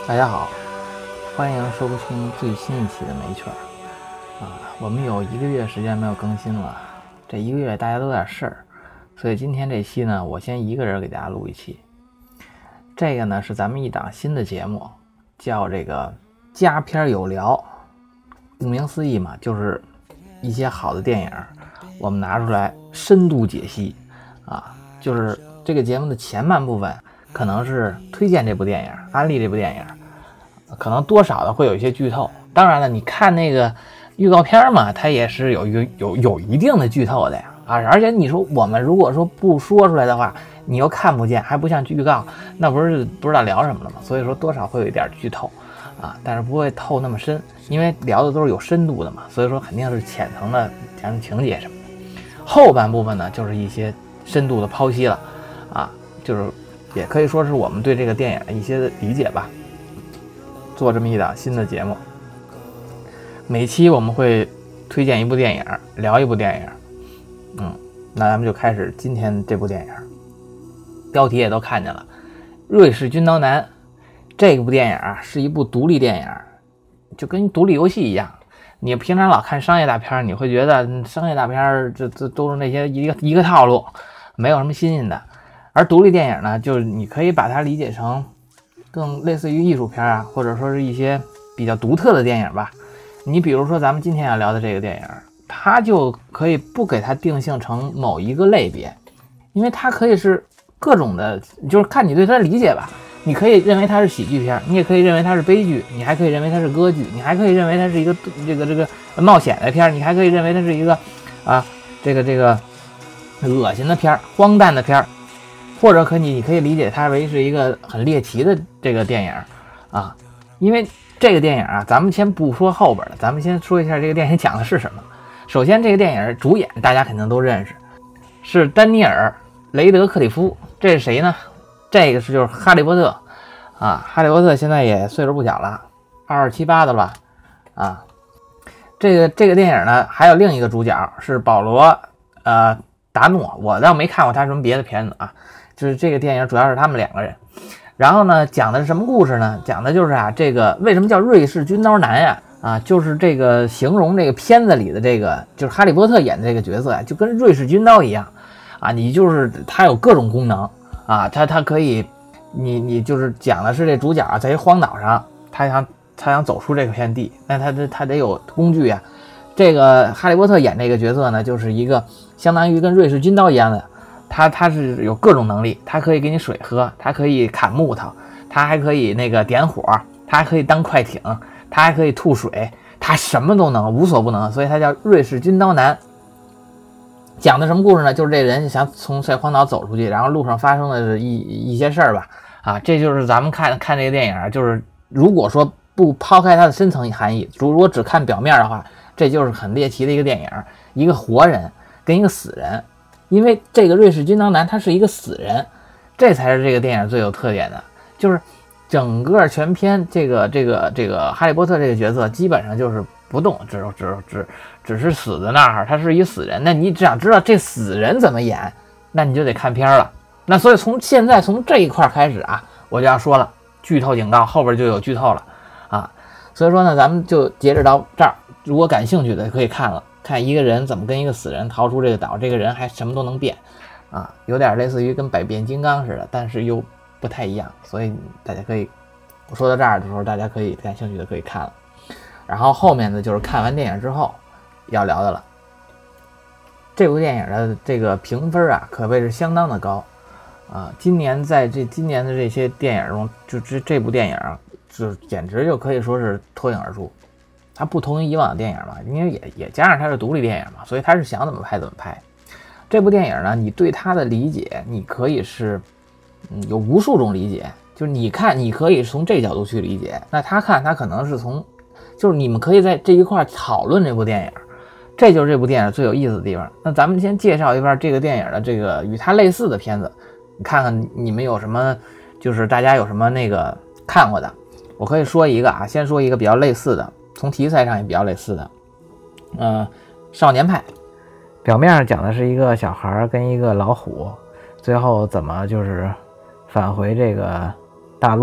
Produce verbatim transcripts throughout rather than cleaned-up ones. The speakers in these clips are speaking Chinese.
大家好，欢迎收听最新一期的美曲啊！我们有一个月时间没有更新了，这一个月大家都有点事儿，所以今天这期呢，我先一个人给大家录一期。这个呢是咱们一档新的节目，叫这个佳片有聊。顾名思义嘛，就是一些好的电影，我们拿出来深度解析啊。就是这个节目的前半部分可能是推荐这部电影，安利这部电影，可能多少的会有一些剧透。当然了，你看那个预告片嘛，它也是有有有有一定的剧透的呀啊！而且你说我们如果说不说出来的话，你又看不见，还不像预告，那不是不知道聊什么了吗？所以说多少会有一点剧透啊，但是不会透那么深，因为聊的都是有深度的嘛，所以说肯定是浅层的讲情节什么的。后半部分呢，就是一些深度的剖析了啊，就是也可以说是我们对这个电影的一些理解吧。做这么一档新的节目，每期我们会推荐一部电影，聊一部电影。嗯，那咱们就开始今天这部电影。标题也都看见了，瑞士军刀男。这部电影啊是一部独立电影，就跟独立游戏一样。你平常老看商业大片，你会觉得商业大片这这都是那些一个一个套路，没有什么新鲜的。而独立电影呢，就是你可以把它理解成更类似于艺术片啊，或者说是一些比较独特的电影吧。你比如说咱们今天要聊的这个电影，它就可以不给它定性成某一个类别，因为它可以是各种的，就是看你对它的理解吧。你可以认为它是喜剧片，你也可以认为它是悲剧，你还可以认为它是歌剧，你还可以认为它是一个这个这个冒险的片，你还可以认为它是一个啊这个这个恶心的片，荒诞的片，或者可你你可以理解它为是一个很猎奇的这个电影啊。因为这个电影啊，咱们先不说后边的，咱们先说一下这个电影讲的是什么。首先，这个电影主演大家肯定都认识，是丹尼尔·雷德克里夫。这是谁呢？这个是就是哈利波特啊，哈利波特现在也岁数不小了，二十七八的了吧啊。这个这个电影呢，还有另一个主角是保罗呃达诺，我倒没看过他什么别的片子啊，就是这个电影主要是他们两个人。然后呢，讲的是什么故事呢？讲的就是啊，这个为什么叫瑞士军刀男呀？啊，就是这个形容这个片子里的这个，就是哈利波特演的这个角色啊，就跟瑞士军刀一样啊，你就是他有各种功能啊，他他可以，你你就是讲的是这主角啊，在一荒岛上，他想他想走出这个片地，那他他他得有工具啊。这个哈利波特演这个角色呢，就是一个相当于跟瑞士军刀一样的。他他是有各种能力，他可以给你水喝，他可以砍木头，他还可以那个点火，他还可以当快艇，他还可以吐水，他什么都能，无所不能，所以他叫瑞士军刀男。讲的什么故事呢？就是这人想从这荒岛走出去，然后路上发生的一一些事儿吧。啊，这就是咱们看看这个电影，就是如果说不抛开它的深层含义，如果只看表面的话，这就是很猎奇的一个电影，一个活人跟一个死人。因为这个瑞士军刀男他是一个死人，这才是这个电影最有特点的。就是整个全片这个这个这个哈利波特这个角色基本上就是不动，只只只只是死在那儿，他是一死人。那你只想知道这死人怎么演，那你就得看片了。那所以从现在从这一块开始啊，我就要说了，剧透警告，后边就有剧透了啊。所以说呢，咱们就截止到这儿，如果感兴趣的可以看了。看一个人怎么跟一个死人逃出这个岛，这个人还什么都能变啊，有点类似于跟百变金刚似的，但是又不太一样，所以大家可以，我说到这儿的时候，大家可以感兴趣的可以看了。然后后面的就是看完电影之后要聊的了。这部电影的这个评分啊，可谓是相当的高啊。今年在这今年的这些电影中，就这这部电影啊，就简直就可以说是脱颖而出。它不同于以往的电影嘛，因为也也加上它是独立电影嘛，所以它是想怎么拍怎么拍。这部电影呢，你对它的理解，你可以是，嗯，有无数种理解。就是你看，你可以从这角度去理解，那他看他可能是从，就是你们可以在这一块讨论这部电影，这就是这部电影最有意思的地方。那咱们先介绍一下这个电影的这个与它类似的片子，你看看你们有什么，就是大家有什么那个看过的。我可以说一个啊，先说一个比较类似的。从题材上也比较类似的，呃，少年派，表面上讲的是一个小孩跟一个老虎，最后怎么就是返回这个大陆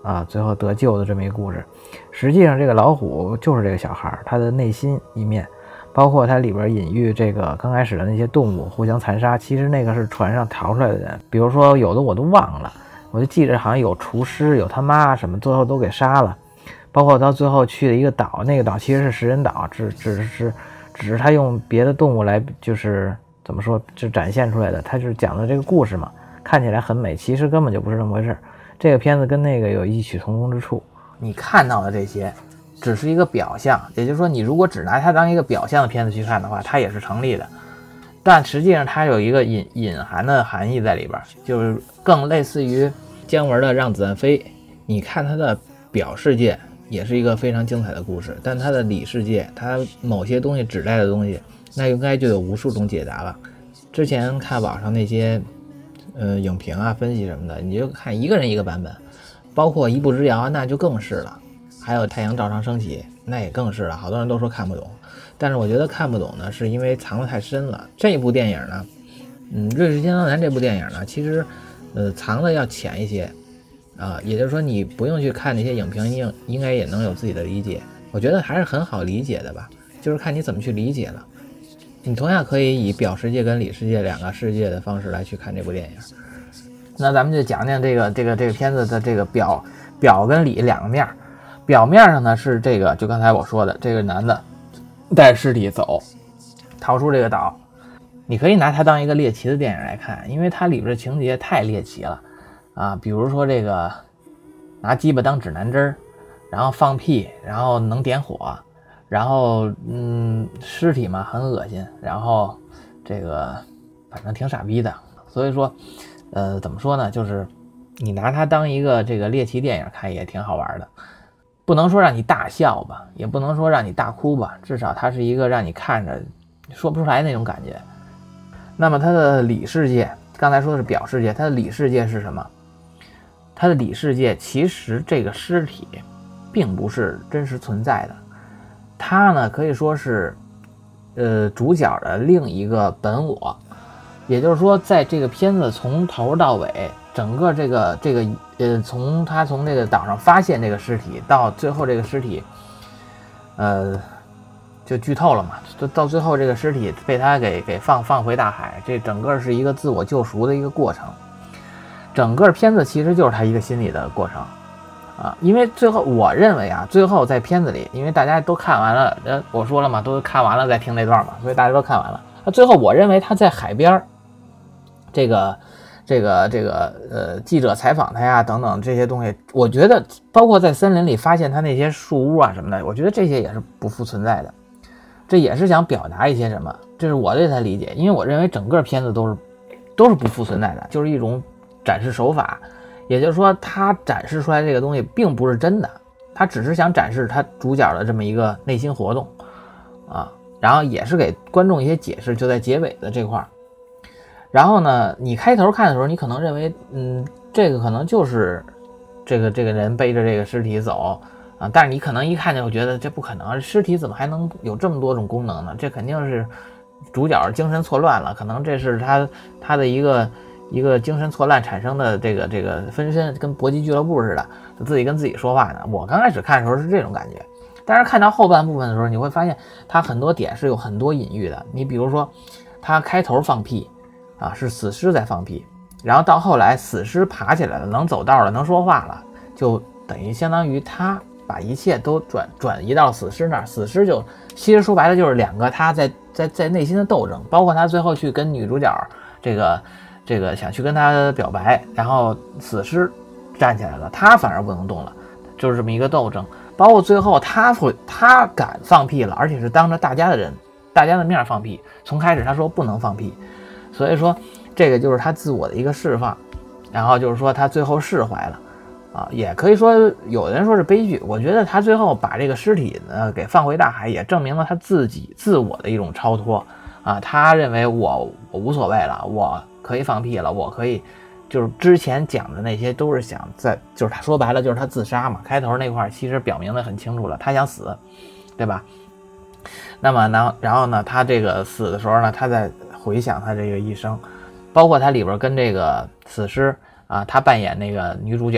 啊，最后得救的这么一个故事。实际上这个老虎就是这个小孩他的内心一面，包括它里边隐喻这个刚开始的那些动物互相残杀，其实那个是船上逃出来的人，比如说有的我都忘了，我就记着好像有厨师有他妈什么，最后都给杀了。包括到最后去了一个岛，那个岛其实是食人岛，只只是只是他用别的动物来就是怎么说就展现出来的，他是讲的这个故事嘛，看起来很美，其实根本就不是这么回事。这个片子跟那个有异曲同工之处，你看到的这些只是一个表象，也就是说你如果只拿它当一个表象的片子去看的话，它也是成立的，但实际上它有一个隐隐含的含义在里边，就是更类似于姜文的《让子弹飞》，你看它的表世界也是一个非常精彩的故事，但它的里世界，它某些东西指代的东西，那应该就有无数种解答了。之前看网上那些呃影评啊分析什么的，你就看一个人一个版本，包括一步之遥那就更是了，还有太阳照常升起那也更是了，好多人都说看不懂，但是我觉得看不懂呢是因为藏得太深了。这一部电影呢嗯瑞士天堂男这部电影呢其实呃藏的要浅一些啊，也就是说你不用去看那些影评，应应该也能有自己的理解，我觉得还是很好理解的吧，就是看你怎么去理解了。你同样可以以表世界跟里世界两个世界的方式来去看这部电影。那咱们就讲讲这个这个这个片子的这个表表跟里两个面。表面上呢是这个就刚才我说的，这个男的带尸体走逃出这个岛，你可以拿它当一个猎奇的电影来看，因为它里边的情节太猎奇了啊，比如说这个拿鸡巴当指南针，然后放屁，然后能点火，然后嗯尸体嘛很恶心，然后这个反正挺傻逼的。所以说呃怎么说呢，就是你拿它当一个这个猎奇电影看也挺好玩的，不能说让你大笑吧，也不能说让你大哭吧，至少它是一个让你看着说不出来那种感觉。那么它的里世界，刚才说的是表世界，它的里世界是什么？它的里世界其实这个尸体并不是真实存在的，它呢可以说是呃主角的另一个本我，也就是说在这个片子从头到尾，整个这个这个呃从他从这个岛上发现这个尸体到最后这个尸体呃就剧透了嘛，到最后这个尸体被他给给放放回大海，这整个是一个自我救赎的一个过程。整个片子其实就是他一个心理的过程啊，因为最后我认为啊，最后在片子里，因为大家都看完了，呃，我说了嘛，都看完了再听那段嘛，所以大家都看完了。那最后我认为他在海边，这个这个这个呃记者采访他呀等等这些东西，我觉得包括在森林里发现他那些树屋啊什么的，我觉得这些也是不复存在的，这也是想表达一些什么，这是我对他理解，因为我认为整个片子都是都是不复存在的，就是一种展示手法，也就是说他展示出来这个东西并不是真的，他只是想展示他主角的这么一个内心活动啊，然后也是给观众一些解释，就在结尾的这块儿。然后呢你开头看的时候，你可能认为嗯这个可能就是这个这个人背着这个尸体走啊，但是你可能一看就觉得这不可能，尸体怎么还能有这么多种功能呢？这肯定是主角精神错乱了，可能这是他他的一个一个精神错乱产生的这个这个分身，跟搏击俱乐部似的，自己跟自己说话呢。我刚开始看的时候是这种感觉，但是看到后半部分的时候，你会发现他很多点是有很多隐喻的。你比如说他开头放屁啊，是死尸在放屁，然后到后来死尸爬起来了，能走道了，能说话了，就等于相当于他把一切都转转移到死尸那儿，死尸就其实说白了就是两个他在在在内心的斗争，包括他最后去跟女主角这个这个想去跟他表白，然后死尸站起来了，他反而不能动了，就是这么一个斗争。包括最后他会他敢放屁了，而且是当着大家的人大家的面放屁，从开始他说不能放屁，所以说这个就是他自我的一个释放，然后就是说他最后释怀了啊，也可以说有人说是悲剧，我觉得他最后把这个尸体呢给放回大海，也证明了他自己自我的一种超脱啊，他认为我我无所谓了，我可以放屁了，我可以就是之前讲的那些都是想在，就是他说白了就是他自杀嘛，开头那块其实表明的很清楚了，他想死，对吧？那么呢，然后呢，他这个死的时候呢，他在回想他这个一生，包括他里边跟这个死尸啊，他扮演那个女主角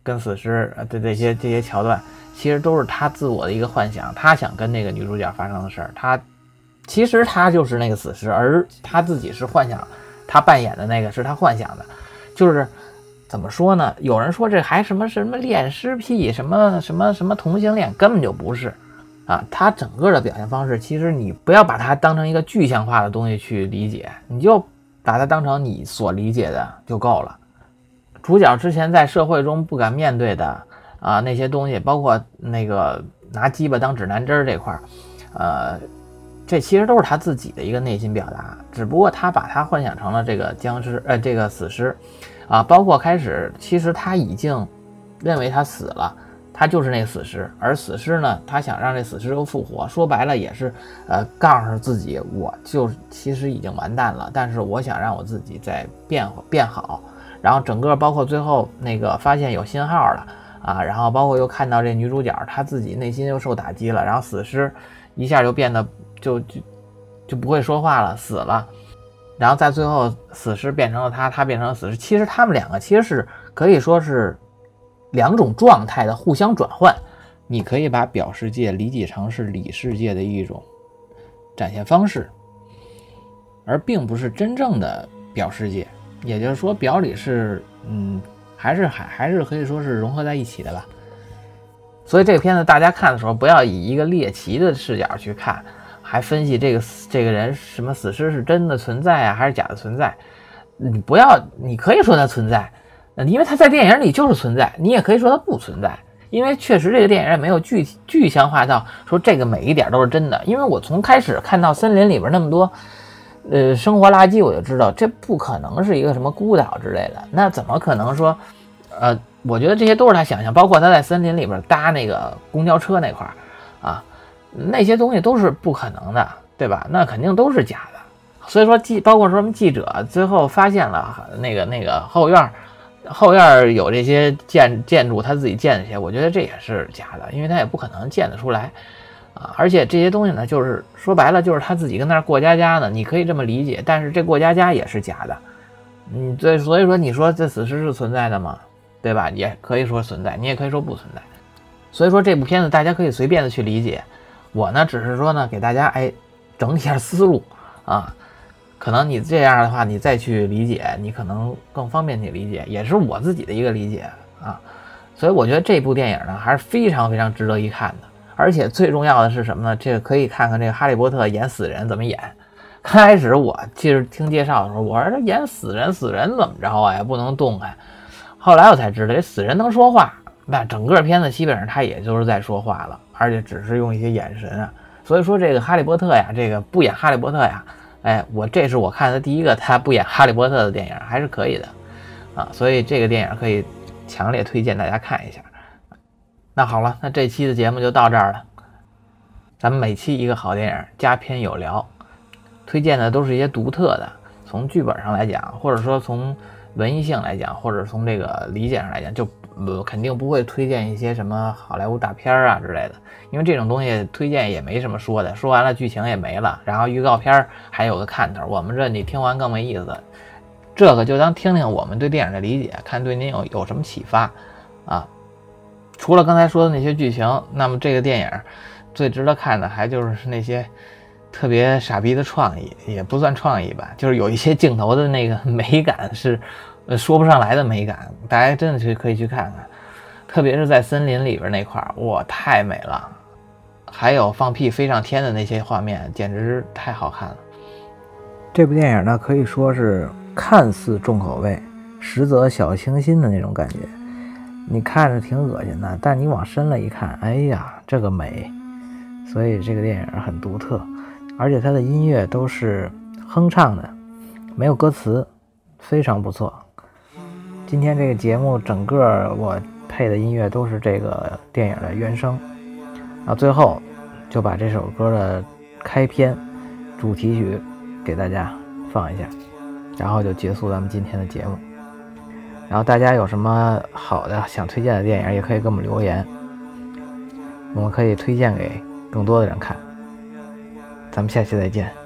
跟死尸的这些这些桥段，其实都是他自我的一个幻想，他想跟那个女主角发生的事儿，他其实他就是那个死尸，而他自己是幻想，他扮演的那个是他幻想的，就是怎么说呢？有人说这还什么什么恋尸癖，什么什么什么同性恋，根本就不是啊！他整个的表现方式，其实你不要把它当成一个具象化的东西去理解，你就把它当成你所理解的就够了。主角之前在社会中不敢面对的啊那些东西，包括那个拿鸡巴当指南针这块，呃，这其实都是他自己的一个内心表达，只不过他把他幻想成了这个僵尸，呃，这个死尸，啊，包括开始其实他已经认为他死了，他就是那个死尸，而死尸呢，他想让这死尸又复活，说白了也是，呃，告诉自己，我就其实已经完蛋了，但是我想让我自己再变变好。然后整个包括最后那个发现有信号了啊，然后包括又看到这女主角她自己内心又受打击了，然后死尸一下就变得就就就不会说话了，死了，然后在最后死尸变成了他，他变成了死尸。其实他们两个其实是可以说是两种状态的互相转换，你可以把表世界理解成是里世界的一种展现方式，而并不是真正的表世界。也就是说表里是嗯还是还还是可以说是融合在一起的吧。所以这个片子大家看的时候不要以一个猎奇的视角去看，还分析这个这个人什么死尸是真的存在啊还是假的存在。你不要，你可以说它存在，因为它在电影里就是存在，你也可以说它不存在，因为确实这个电影也没有具体具象化到说这个每一点都是真的。因为我从开始看到森林里边那么多呃，生活垃圾，我就知道这不可能是一个什么孤岛之类的，那怎么可能说，呃，我觉得这些都是他想象，包括他在森林里边搭那个公交车那块儿啊，那些东西都是不可能的，对吧？那肯定都是假的。所以说记，包括说什么记者最后发现了那个那个后院，后院有这些建建筑，他自己建这些，我觉得这也是假的，因为他也不可能建得出来。啊，而且这些东西呢，就是说白了，就是他自己跟那儿过家家呢，你可以这么理解，但是这过家家也是假的，嗯，对，所以说你说这死尸是存在的吗？对吧？也可以说存在，你也可以说不存在。所以说这部片子大家可以随便的去理解，我呢只是说呢给大家哎整一下思路啊，可能你这样的话你再去理解，你可能更方便去理解，也是我自己的一个理解啊。所以我觉得这部电影呢还是非常非常值得一看的。而且最重要的是什么呢？这个可以看看这个哈利波特演死人怎么演。刚开始我其实听介绍的时候，我说这演死人，死人怎么着啊？也不能动弹。后来我才知道，这死人能说话。那整个片子基本上他也就是在说话了，而且只是用一些眼神啊。所以说这个哈利波特呀，这个不演哈利波特呀，哎，我这是我看的第一个他不演哈利波特的电影，还是可以的啊。所以这个电影可以强烈推荐大家看一下。那好了，那这期的节目就到这儿了。咱们每期一个好电影，加篇有聊，推荐的都是一些独特的，从剧本上来讲，或者说从文艺性来讲，或者从这个理解上来讲，就、呃、肯定不会推荐一些什么好莱坞大片啊之类的，因为这种东西推荐也没什么说的，说完了剧情也没了，然后预告片还有个看头，我们这你听完更没意思。这个就当听听我们对电影的理解，看对您有有什么启发啊。除了刚才说的那些剧情，那么这个电影最值得看的还就是那些特别傻逼的创意，也不算创意吧，就是有一些镜头的那个美感是呃说不上来的美感，大家真的是可以去看看，特别是在森林里边那块儿，哇，太美了，还有放屁飞上天的那些画面简直太好看了。这部电影呢可以说是看似重口味，实则小清新的那种感觉，你看着挺恶心的，但你往深了一看，哎呀这个美，所以这个电影很独特，而且它的音乐都是哼唱的，没有歌词，非常不错。今天这个节目整个我配的音乐都是这个电影的原声，然后最后就把这首歌的开篇主题曲给大家放一下，然后就结束咱们今天的节目。然后大家有什么好的想推荐的电影也可以给我们留言，我们可以推荐给更多的人看。咱们下期再见。